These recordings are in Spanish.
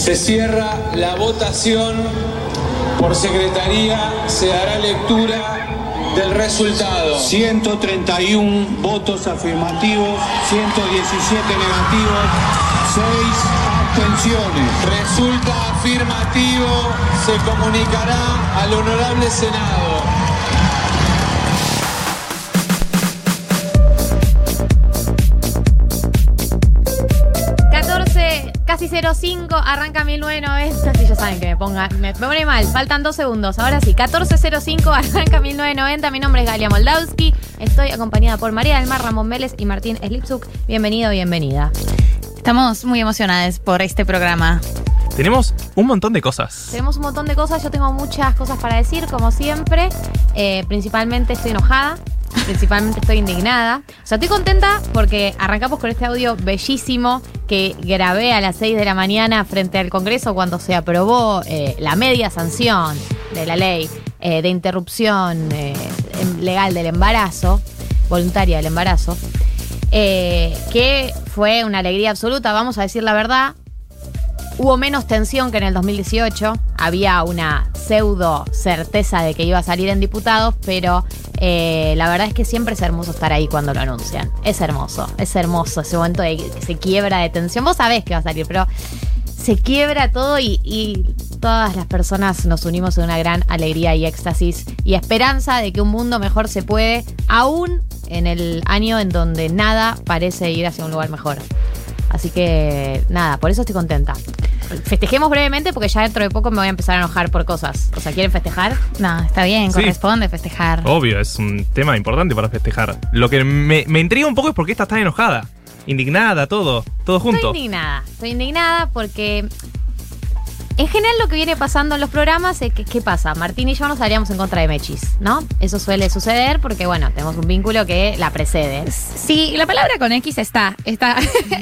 Se cierra la votación. Por secretaría se dará lectura del resultado. 131 votos afirmativos, 117 negativos, 6 abstenciones. Resulta afirmativo, se comunicará al Honorable Senado. Casi 05, arranca 1990. Si ya saben que me pone mal. Faltan 2 segundos. Ahora sí, 14:05, arranca 1990. Mi nombre es Galia Moldavsky. Estoy acompañada por María del Mar, Ramón Vélez y Martín Slipsuk. Bienvenido, bienvenida. Estamos muy emocionadas por este programa. Tenemos un montón de cosas. Yo tengo muchas cosas para decir, como siempre. Principalmente estoy enojada. Principalmente estoy indignada. O sea, estoy contenta porque arrancamos con este audio bellísimo que grabé a las 6 de la mañana frente al Congreso cuando se aprobó la media sanción de la ley de interrupción legal del embarazo, voluntaria del embarazo, que fue una alegría absoluta, vamos a decir la verdad. Hubo menos tensión que en el 2018. Había una pseudo certeza de que iba a salir en diputados, pero la verdad es que siempre es hermoso estar ahí cuando lo anuncian. Es hermoso ese momento de que se quiebra de tensión. Vos sabés que va a salir, pero se quiebra todo y todas las personas nos unimos en una gran alegría y éxtasis y esperanza de que un mundo mejor se puede, aún en el año en donde nada parece ir hacia un lugar mejor. Así que, nada, por eso estoy contenta. Festejemos brevemente porque ya dentro de poco me voy a empezar a enojar por cosas. O sea, ¿quieren festejar? No, está bien, corresponde festejar. Obvio, es un tema importante para festejar. Lo que me intriga un poco es por qué estás tan enojada. Indignada, todo junto. Estoy indignada porque en general lo que viene pasando en los programas es que, ¿qué pasa? Martín y yo nos salíamos en contra de Mechis, ¿no? Eso suele suceder porque, bueno, tenemos un vínculo que la precede. Sí, la palabra con X está acá.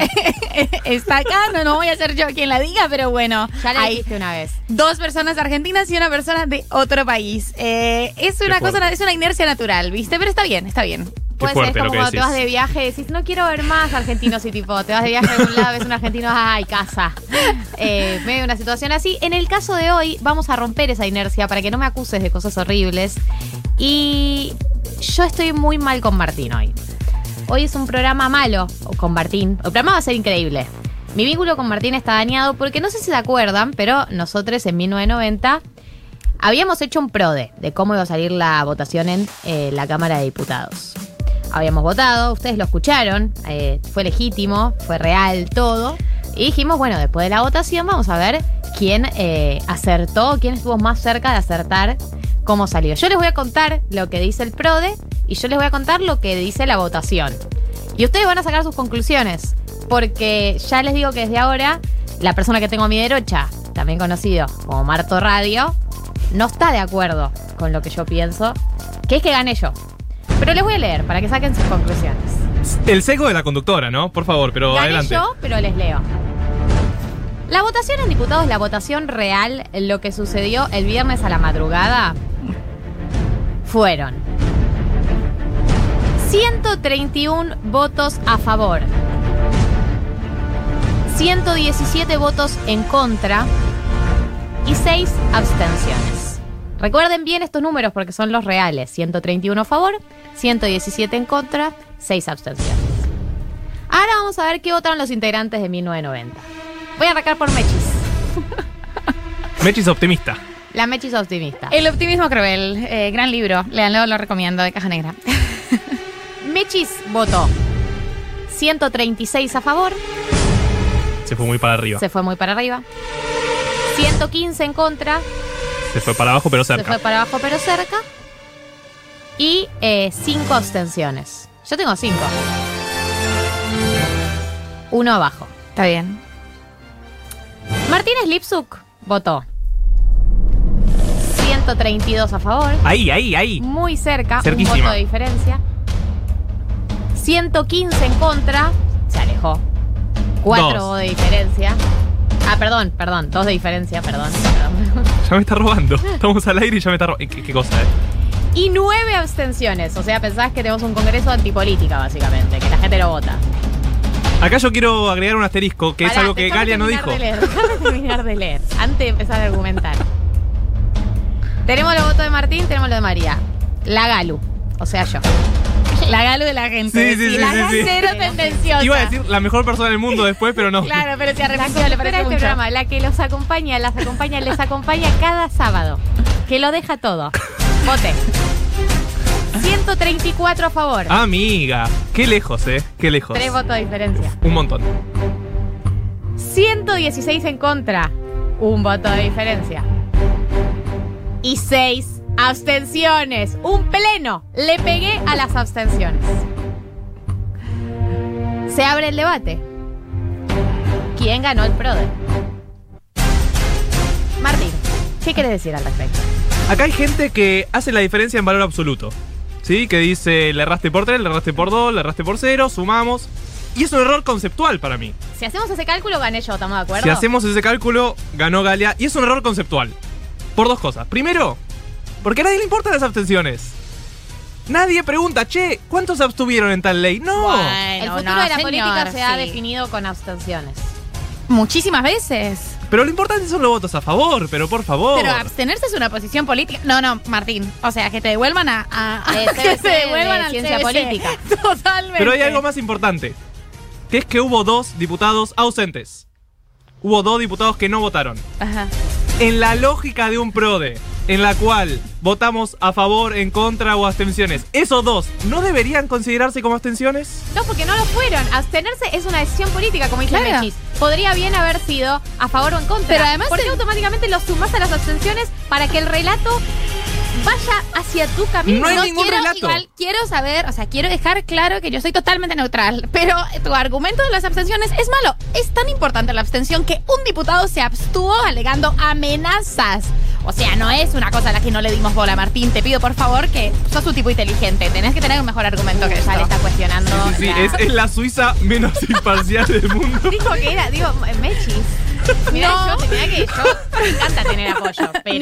No voy a ser yo quien la diga, pero bueno. Ya la dijiste una vez. 2 personas argentinas y una persona de otro país. Es una cosa, es una inercia natural, ¿viste? Pero está bien. Puede ser como cuando te vas de viaje y decís, no quiero ver más argentinos y tipo, te vas de viaje a algún lado, ves un argentino, ¡ay, casa! Medio una situación así. En el caso de hoy, vamos a romper esa inercia para que no me acuses de cosas horribles. Y yo estoy muy mal con Martín hoy. Hoy es un programa malo con Martín. El programa va a ser increíble. Mi vínculo con Martín está dañado porque no sé si se acuerdan, pero nosotros en 1990 habíamos hecho un PRODE de cómo iba a salir la votación en la Cámara de Diputados. Habíamos votado, ustedes lo escucharon, fue legítimo, fue real, todo. Y dijimos, bueno, después de la votación vamos a ver quién acertó, quién estuvo más cerca de acertar cómo salió. Yo les voy a contar lo que dice el PRODE y yo les voy a contar lo que dice la votación. Y ustedes van a sacar sus conclusiones, porque ya les digo que desde ahora la persona que tengo a mi derecha, también conocido como Marto Radio, no está de acuerdo con lo que yo pienso, que es que gané yo. Pero les voy a leer para que saquen sus conclusiones. El sesgo de la conductora, ¿no? Por favor, pero gané adelante. Yo, pero les leo. La votación en diputados, la votación real, lo que sucedió el viernes a la madrugada, fueron 131 votos a favor, 117 votos en contra y 6 abstenciones. Recuerden bien estos números porque son los reales. 131 a favor, 117 en contra, 6 abstenciones. Ahora vamos a ver qué votaron los integrantes de 1990. Voy a arrancar por Mechis. Mechis optimista. La Mechis optimista. El optimismo cruel, gran libro. Léanlo, lo recomiendo, de Caja Negra. Mechis votó 136 a favor. Se fue muy para arriba. 115 en contra. Se fue para abajo, pero cerca. Y 5 abstenciones. Yo tengo 5. 1 abajo. Está bien. Martín Slipsuk votó 132 a favor. Ahí. Muy cerca. Cerquísima. Un voto de diferencia. 115 en contra. Se alejó. 4 votos de diferencia. Perdón, 2 de diferencia, perdón. Ya me está robando. Estamos al aire y ya me está robando. ¿Qué cosa, Y 9 abstenciones. O sea, pensás que tenemos un congreso antipolítica, básicamente, que la gente lo vota. Acá yo quiero agregar un asterisco, que es algo que Galia no dijo. Déjame terminar de leer, antes de empezar a argumentar. Tenemos los votos de Martín, tenemos los de María. La Galu, o sea yo. La Galu de la gente. Sí. Cero tendenciosa. Iba a decir la mejor persona del mundo después, pero no. Claro, pero si a La Reflexión le parece conductora de mucho. este programa, la que los acompaña, les acompaña cada sábado. Que lo deja todo. Vote. 134 a favor. Amiga, qué lejos, qué lejos. 3 votos de diferencia. Un montón. 116 en contra. Un voto de diferencia. Y 6 abstenciones. Un pleno. Le pegué a las abstenciones. Se abre el debate. ¿Quién ganó el PRODE? Martín, ¿qué quieres decir al respecto? Acá hay gente que hace la diferencia en valor absoluto. ¿Sí? Que dice, le erraste por 3, le erraste por 2, le erraste por 0, sumamos. Y es un error conceptual para mí. Si hacemos ese cálculo, gané yo, ¿estamos de acuerdo? Si hacemos ese cálculo, ganó Galia. Y es un error conceptual. Por 2 cosas. Primero, porque a nadie le importan las abstenciones. Nadie pregunta, che, ¿cuántos abstuvieron en tal ley? No. Bueno, El futuro no, de la señor, política se ha sí. definido con abstenciones. Muchísimas veces. Pero lo importante son los votos a favor, pero por favor. Pero abstenerse es una posición política. No, Martín. O sea, que te devuelvan que CBC te devuelvan de al ciencia CBC. política. Totalmente. Pero hay algo más importante, que es que hubo 2 diputados ausentes. Hubo 2 diputados que no votaron. Ajá. En la lógica de un PRODE, en la cual votamos a favor, en contra o abstenciones, esos 2 ¿no deberían considerarse como abstenciones? No, porque no lo fueron. Abstenerse es una decisión política, como dice Claro. Mechis. Podría bien haber sido a favor o en contra. Pero además ¿por qué automáticamente lo sumás a las abstenciones para que el relato vaya hacia tu camino? No hay ningún relato. Igual quiero saber, o sea, quiero dejar claro que yo soy totalmente neutral, pero tu argumento de las abstenciones es malo. Es tan importante la abstención que un diputado se abstuvo alegando amenazas. O sea, no es una cosa a la que no le dimos bola, Martín. Te pido, por favor, que sos un tipo inteligente. Tenés que tener un mejor argumento que Ya le esto. está cuestionando. Sí, la- es la Suiza menos imparcial del mundo. Dijo que era, Mechis. Mirá, No. mirá que yo me encanta tener apoyo, pero...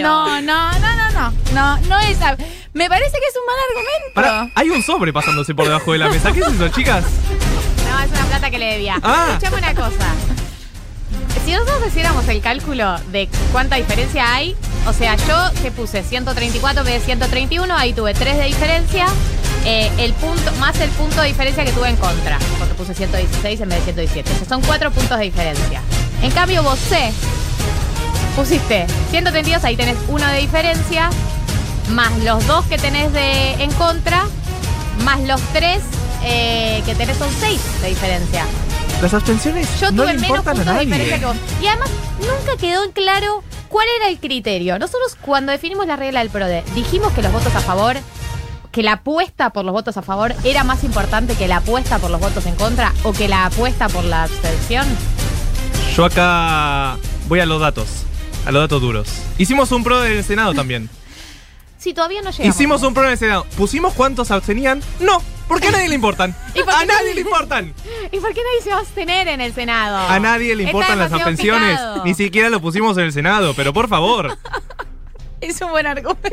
No es. Me parece que es un mal argumento. Pará, hay un sobre pasándose por debajo de la mesa. ¿Qué es eso, chicas? No, es una plata que le debía. Ah. Escuchame una cosa. Si nosotros hiciéramos el cálculo de cuánta diferencia hay, o sea, yo que puse 134 en vez de 131, ahí tuve 3 de diferencia, el punto más el punto de diferencia que tuve en contra, porque puse 116 en vez de 117. O sea, son 4 puntos de diferencia. En cambio, vos pusiste 132, ahí tenés 1 de diferencia, más los 2 que tenés en contra, más los 3 que tenés son 6 de diferencia. Las abstenciones Yo no tuve le menos importan a puntos de diferencia nadie. que vos. Y además, nunca quedó en claro cuál era el criterio. Nosotros, cuando definimos la regla del PRODE, dijimos que los votos a favor, que la apuesta por los votos a favor era más importante que la apuesta por los votos en contra o que la apuesta por la abstención. Yo acá voy a los datos duros. Hicimos un PRODE en el Senado también. Sí, todavía no llegamos. Hicimos un PRODE en el Senado. ¿Pusimos cuántos abstenían? No, porque a nadie le importan. ¿Y por qué A nadie le importan. ¿Y por qué nadie se va a abstener en el Senado? A nadie le Está importan las demasiado abstenciones. picado. Ni siquiera lo pusimos en el Senado, pero por favor. Es un buen argumento.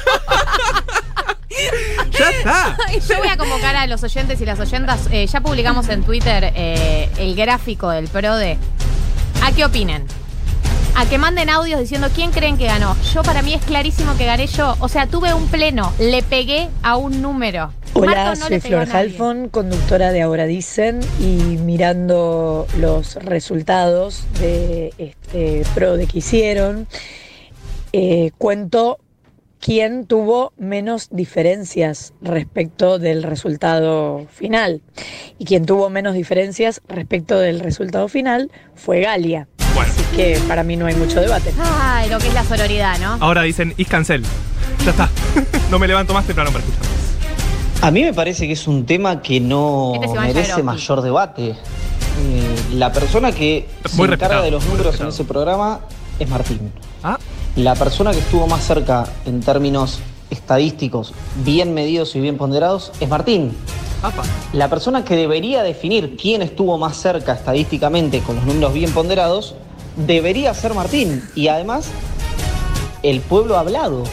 Ya está. Yo voy a convocar a los oyentes y las oyentas. Ya publicamos en Twitter el gráfico del PRODE. ¿A qué opinen? A que manden audios diciendo quién creen que ganó. Para mí es clarísimo que gané yo. O sea, tuve un pleno. Le pegué a un número. Hola, Marto no soy le pegó a Flor nadie. Halfon, conductora de Ahora Dicen, y mirando los resultados de este PRODE que hicieron, cuento quién tuvo menos diferencias respecto del resultado final. Y quien tuvo menos diferencias respecto del resultado final fue Galia. Bueno, Así que para mí no hay mucho debate. Ay, lo que es la sororidad, ¿no? ahora dicen is cancel. Ya está. No me levanto más temprano para escuchar. A mí me parece que es un tema que no Este es Iván merece Jagroski. mayor debate. La persona que se Muy encarga respetado, de los muy números en respetado. ese programa es Martín. Ah, La persona que estuvo más cerca en términos estadísticos, bien medidos y bien ponderados, es Martín. apa. La persona que debería definir quién estuvo más cerca estadísticamente con los números bien ponderados, debería ser Martín. Y además, el pueblo ha hablado.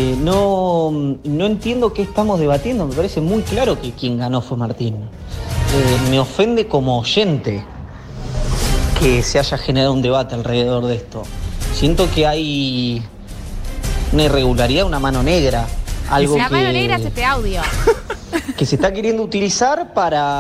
No entiendo qué estamos debatiendo. Me parece muy claro que quien ganó fue Martín. me ofende como oyente que se haya generado un debate alrededor de esto. Siento que hay una irregularidad, una mano negra. Algo La mano negra es este audio. que se está queriendo utilizar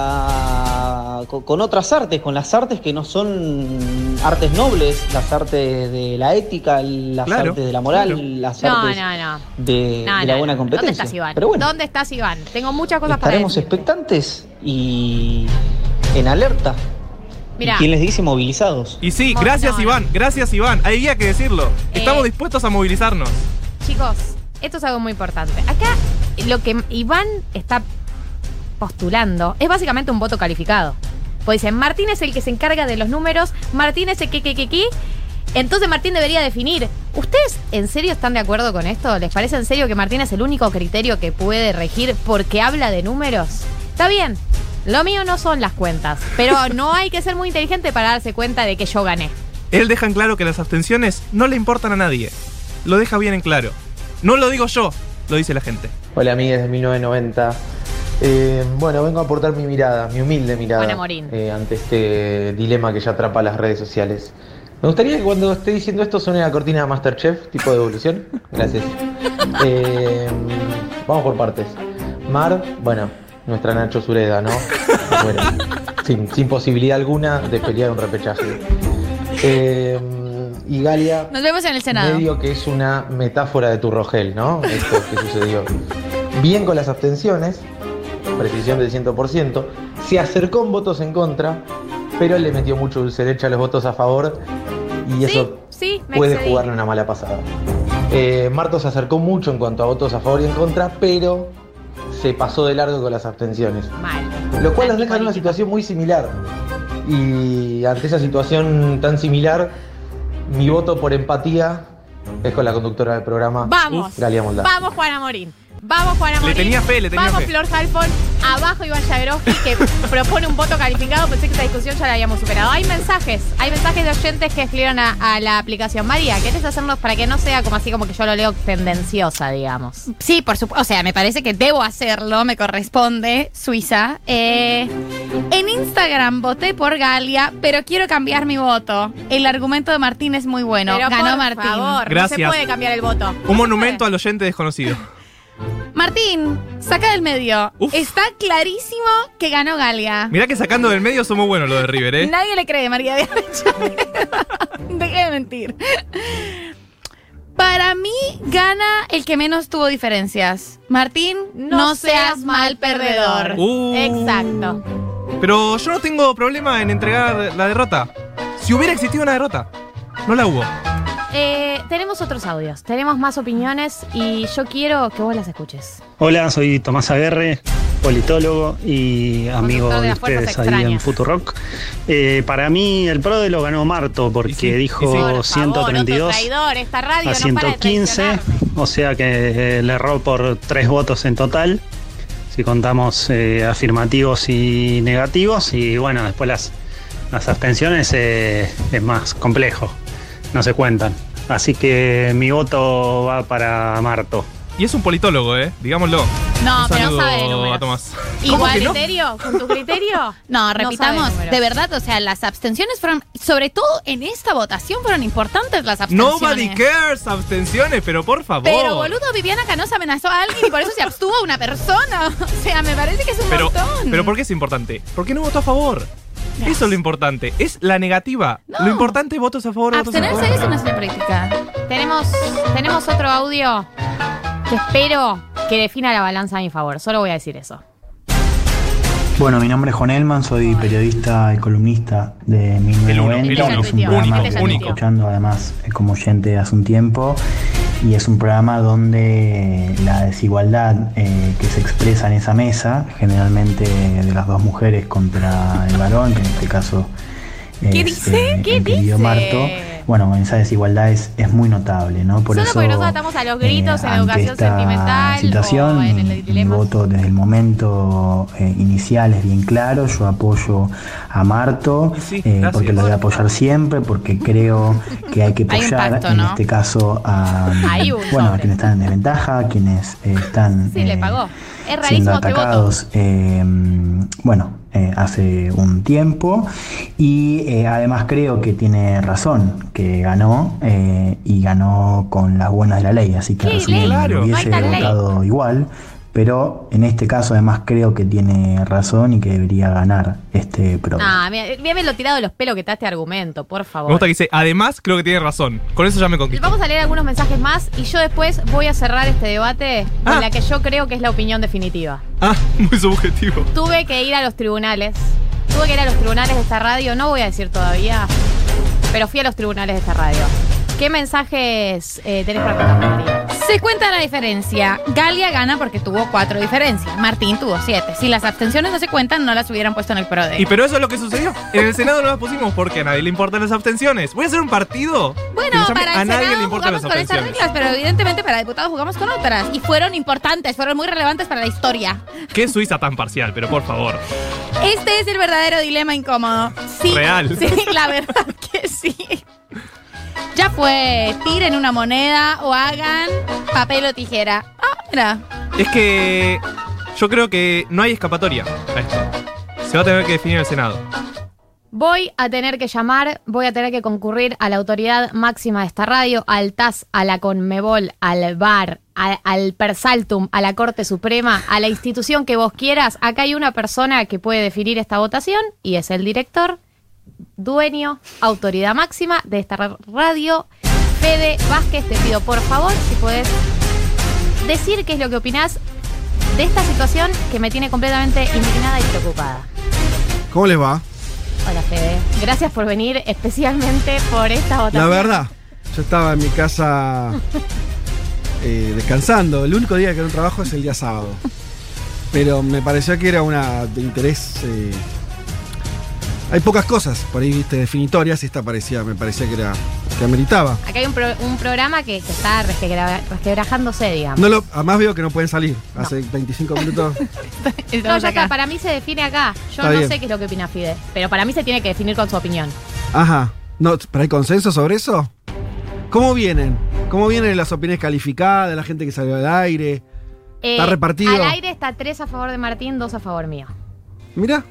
con otras artes, con las artes que no son artes nobles, las artes de la ética, las artes de la moral, las artes de la buena competencia. ¿Dónde estás, Iván? Pero bueno, ¿Dónde estás, Iván? Tengo muchas cosas para decir. estaremos expectantes y en alerta. Mirá. ¿Quién les dice movilizados? Y sí, gracias Iván, gracias Iván. Había que decirlo. Estamos dispuestos a movilizarnos. Chicos, esto es algo muy importante. Acá lo que Iván está postulando es básicamente un voto calificado. Pues dicen, Martín es el que se encarga de los números, Martín es el que. Entonces Martín debería definir. ¿Ustedes en serio están de acuerdo con esto? ¿Les parece en serio que Martín es el único criterio que puede regir porque habla de números? Está bien. Lo mío no son las cuentas, pero no hay que ser muy inteligente para darse cuenta de que yo gané. Él deja en claro que las abstenciones no le importan a nadie. Lo deja bien en claro. No lo digo yo, lo dice la gente. Hola amigues de 1990. Bueno, vengo a aportar mi mirada, mi humilde mirada ante este dilema que ya atrapa las redes sociales. Me gustaría que cuando esté diciendo esto suene la cortina de Masterchef, tipo de evolución. Gracias. Vamos por partes. Mar, bueno, nuestra Nacho Sureda, ¿no? Bueno, sin posibilidad alguna de pelear un repechaje. Y Galia, nos vemos en el Senado. Medio que es una metáfora de Turrogel, ¿no? Esto que sucedió. Bien con las abstenciones, precisión del 100%, se acercó en votos en contra, pero le metió mucho dulce de leche a los votos a favor y eso puede jugarle una mala pasada. Marto se acercó mucho en cuanto a votos a favor y en contra, pero se pasó de largo con las abstenciones. Lo cual nos deja en una situación muy similar. Y ante esa situación tan similar, mi voto por empatía es con la conductora del programa, Galia Moldá. Vamos, Juana Morín. Vamos, Juana Morín. Le tenía fe. Vamos, Flor Halfon. Abajo, Iván Jagroski, que propone un voto calificado. Pensé que esta discusión ya la habíamos superado. Hay mensajes de oyentes que escribieron a la aplicación. María, ¿querés hacernos para que no sea como así como que yo lo leo tendenciosa, digamos? Sí, por supuesto. O sea, me parece que debo hacerlo. Me corresponde, Suiza. En Instagram voté por Galia, pero quiero cambiar mi voto. El argumento de Martín es muy bueno. Pero ganó por Martín. Favor, gracias. No se puede cambiar el voto. Un monumento al oyente desconocido. Martín, saca del medio. Está clarísimo que ganó Galia. Mirá que sacando del medio somos buenos lo de River, ¿eh? Nadie le cree, María de Deje de mentir. Para mí gana el que menos tuvo diferencias. Martín, no seas mal perdedor. Exacto. Pero yo no tengo problema en entregar la derrota. Si hubiera existido una derrota, no la hubo. Tenemos otros audios, tenemos más opiniones y yo quiero que vos las escuches. Hola, soy Tomás Aguerre, politólogo y amigo de ustedes ahí en Futurock. Para mí el PRODE lo ganó Marto porque dijo 132 a 115, o sea que le erró por 3 votos en total, si contamos afirmativos y negativos, y bueno, después las abstenciones es más complejo, no se cuentan. Así que mi voto va para Marto. Y es un politólogo, digámoslo. No, pero no sabe de números. A Tomás. ¿Igual criterio? ¿Con tu criterio? No, repitamos, de verdad, o sea, las abstenciones fueron, sobre todo en esta votación, fueron importantes las abstenciones. Nobody cares, abstenciones, pero por favor. Pero, boludo, Viviana Canosa amenazó a alguien y por eso se abstuvo a una persona. O sea, me parece que es un montón. Pero ¿por qué es importante? Porque no votó a favor. Gracias. Eso es lo importante, es la negativa. No. Lo importante es votos a favor. Abstenerse es una política. Tenemos otro audio que espero que defina la balanza a mi favor. Solo voy a decir eso. Bueno, mi nombre es Juan Elman, soy periodista y columnista de 1990. Es un programa que estoy escuchando además como oyente hace un tiempo. Y es un programa donde la desigualdad que se expresa en esa mesa, generalmente de las dos mujeres contra el varón, que en este caso es el querido Marto, bueno, esa desigualdad es muy notable, ¿no? Por solo eso, porque nosotros estamos a los gritos en educación sentimental situación, o en el dilema. Mi voto desde el momento inicial es bien claro. Yo apoyo a Marto, porque lo voy a apoyar siempre, porque creo que hay que apoyar en este caso a quienes están en desventaja, a quienes están le pagó. Es siendo atacados. Bueno, hace un tiempo y además creo que tiene razón, que ganó y ganó con las buenas de la ley, así que hubiese votado igual, pero en este caso además creo que tiene razón y que debería ganar este programa. Mira lo tirado de los pelos que está este argumento, por favor. Me gusta que dice, además creo que tiene razón. Con eso ya me conquistó. Vamos a leer algunos mensajes más y yo después voy a cerrar este debate con la que yo creo que es la opinión definitiva. Muy subjetivo. Tuve que ir a los tribunales de esta radio, no voy a decir todavía, pero fui a los tribunales de esta radio. ¿Qué mensajes tenés para contarme, María? Se cuenta la diferencia. Galia gana porque tuvo 4 diferencias. Martín tuvo 7. Si las abstenciones no se cuentan, no las hubieran puesto en el PRODE. Y pero eso es lo que sucedió. En el Senado no las pusimos porque a nadie le importan las abstenciones. Voy a hacer un partido. Bueno, para a el nadie Senado le importan jugamos las con estas abstenciones. reglas, pero evidentemente para diputados jugamos con otras. Y fueron importantes, fueron muy relevantes para la historia. ¿Qué Suiza tan parcial? Pero por favor. Este es el verdadero dilema incómodo. Sí, real. Sí, la verdad que sí. Ya fue, tiren una moneda o hagan papel o tijera. Mira. Es que yo creo que no hay escapatoria a esto. Se va a tener que definir el Senado. Voy a tener que concurrir a la autoridad máxima de esta radio, al TAS, a la Conmebol, al VAR, al Persaltum, a la Corte Suprema, a la institución que vos quieras. Acá hay una persona que puede definir esta votación y es el director, dueño, autoridad máxima de esta radio, Fede Vázquez. Te pido por favor si podés decir qué es lo que opinás de esta situación que me tiene completamente indignada y preocupada. ¿Cómo les va? Hola Fede, gracias por venir especialmente por esta votación. La verdad, yo estaba en mi casa descansando. El único día que no trabajo es el día sábado. Pero me pareció que era una de interés. Hay pocas cosas por ahí, viste, definitorias, y esta me parecía que ameritaba. Acá hay un programa que está resquebrajándose, digamos. Además veo que no pueden salir. Hace 25 minutos. No, ya está, para mí se define acá. Yo no sé qué es lo que opina Fide, pero para mí se tiene que definir con su opinión. Ajá. No, ¿pero hay consenso sobre eso? ¿Cómo vienen? ¿Cómo vienen las opiniones calificadas de la gente que salió al aire? ¿Está repartido? Al aire está 3 a favor de Martín, 2 a favor mío. Mira.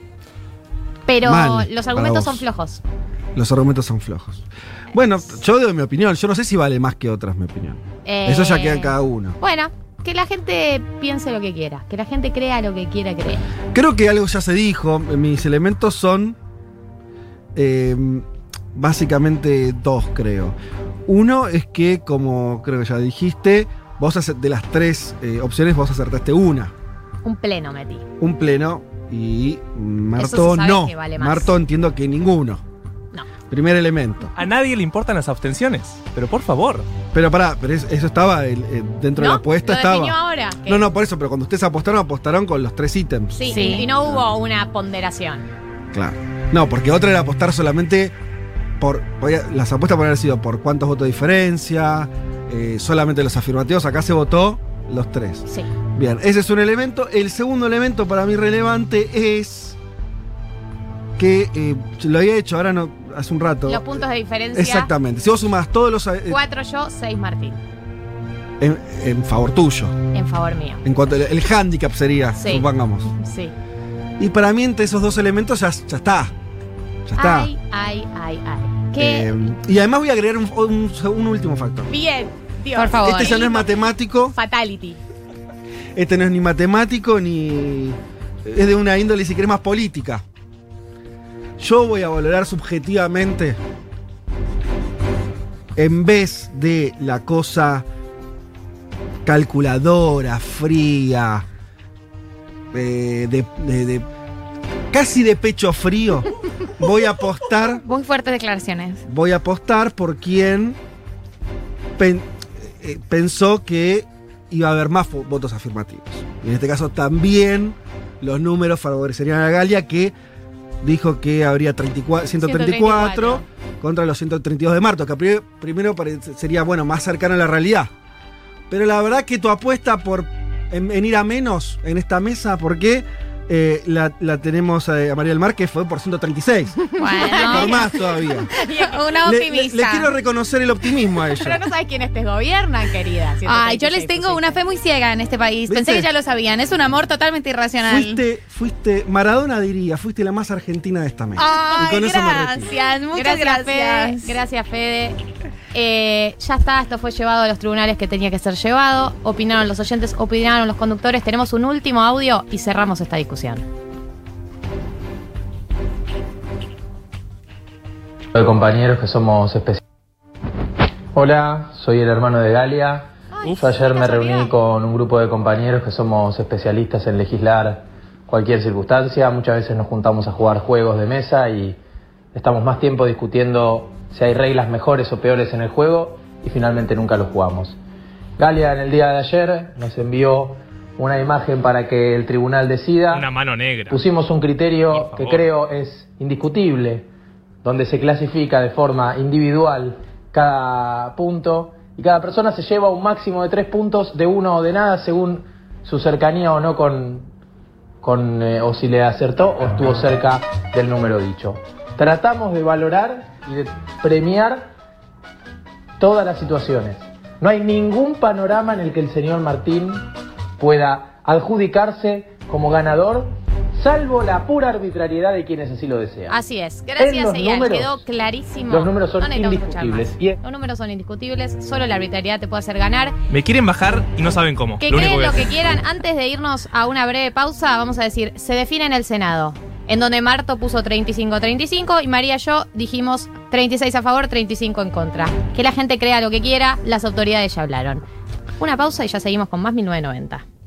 Pero los argumentos son flojos. Los argumentos son flojos. Bueno, yo doy mi opinión. Yo no sé si vale más que otras mi opinión. Eso ya queda en cada uno. Bueno, que la gente piense lo que quiera. Que la gente crea lo que quiera creer. Creo que algo ya se dijo. Mis elementos son básicamente 2, creo. Uno es que, como creo que ya dijiste, vos de las 3 opciones vos acertaste una. Un pleno metí. Un pleno. Y Marto no. Vale, Marto entiendo que ninguno. No. Primer elemento. A nadie le importan las abstenciones. Pero por favor. Pero eso estaba dentro de la apuesta. ¿Lo definió ahora? No, por eso. Pero cuando ustedes apostaron con los 3 ítems. Sí. Y no hubo una ponderación. Claro. No, porque otra era apostar solamente por. Las apuestas podrían haber sido por cuántos votos de diferencia. Solamente los afirmativos. Acá se votó los 3. Sí. Bien, ese es un elemento. El segundo elemento para mí relevante es que lo había hecho ahora no hace un rato. Los puntos de diferencia. Exactamente. Si vos sumás todos los 4 yo, 6 Martín. En favor tuyo. En favor mío. En cuanto el hándicap sería, supongamos. Sí. Y para mí entre esos 2 elementos ya está. Ya está. Ay. ¿Qué? Y además voy a agregar un último factor. Bien, Dios. Por favor. Este ya no es matemático. Fatality. Este no es ni matemático ni. Es de una índole, si querés, más política. Yo voy a valorar subjetivamente, en vez de la cosa calculadora, fría, casi de pecho frío, voy a apostar. Muy fuertes declaraciones. Voy a apostar por quien pensó que iba a haber más votos afirmativos. Y en este caso también los números favorecerían a Galia, que dijo que habría 134 contra los 132 de Marto, que primero sería, más cercano a la realidad. Pero la verdad que tu apuesta en ir a menos en esta mesa, ¿por qué? la tenemos a María del Mar, que fue por 136. Bueno. Por más todavía. Una optimista. Le quiero reconocer el optimismo a ella. Pero no sabes quiénes te gobiernan, querida. Ay, yo les tengo una fe muy ciega en este país. ¿Viste? Pensé que ya lo sabían. Es un amor totalmente irracional. Fuiste, Maradona diría, fuiste la más argentina de esta mesa. Ay, y con eso me retiro. gracias, muchas gracias. Fede. Gracias, Fede. Ya está, esto fue llevado a los tribunales que tenía que ser llevado. Opinaron los oyentes, opinaron los conductores. Tenemos un último audio y cerramos esta discusión. De compañeros que somos especialistas. Hola, soy el hermano de Galia. Yo ayer me reuní con un grupo de compañeros que somos especialistas en legislar cualquier circunstancia. Muchas veces nos juntamos a jugar juegos de mesa y estamos más tiempo discutiendo si hay reglas mejores o peores en el juego y finalmente nunca lo jugamos. Galia en el día de ayer nos envió una imagen para que el tribunal decida. Una mano negra. Pusimos un criterio que creo es indiscutible, donde se clasifica de forma individual cada punto y cada persona se lleva un máximo de 3 puntos de uno o de nada según su cercanía o no o si le acertó o estuvo cerca del número dicho. Tratamos de valorar y de premiar todas las situaciones. No hay ningún panorama en el que el señor Martín pueda adjudicarse como ganador, salvo la pura arbitrariedad de quienes así lo desean. Así es. Gracias, Eyal. Quedó clarísimo. Los números son indiscutibles. Los números son indiscutibles. Solo la arbitrariedad te puede hacer ganar. Me quieren bajar y no saben cómo. Que creen lo que quieran. Antes de irnos a una breve pausa, vamos a decir, se define en el Senado, en donde Marto puso 35-35 y María y yo dijimos 36 a favor, 35 en contra. Que la gente crea lo que quiera, las autoridades ya hablaron. Una pausa y ya seguimos con más 1990.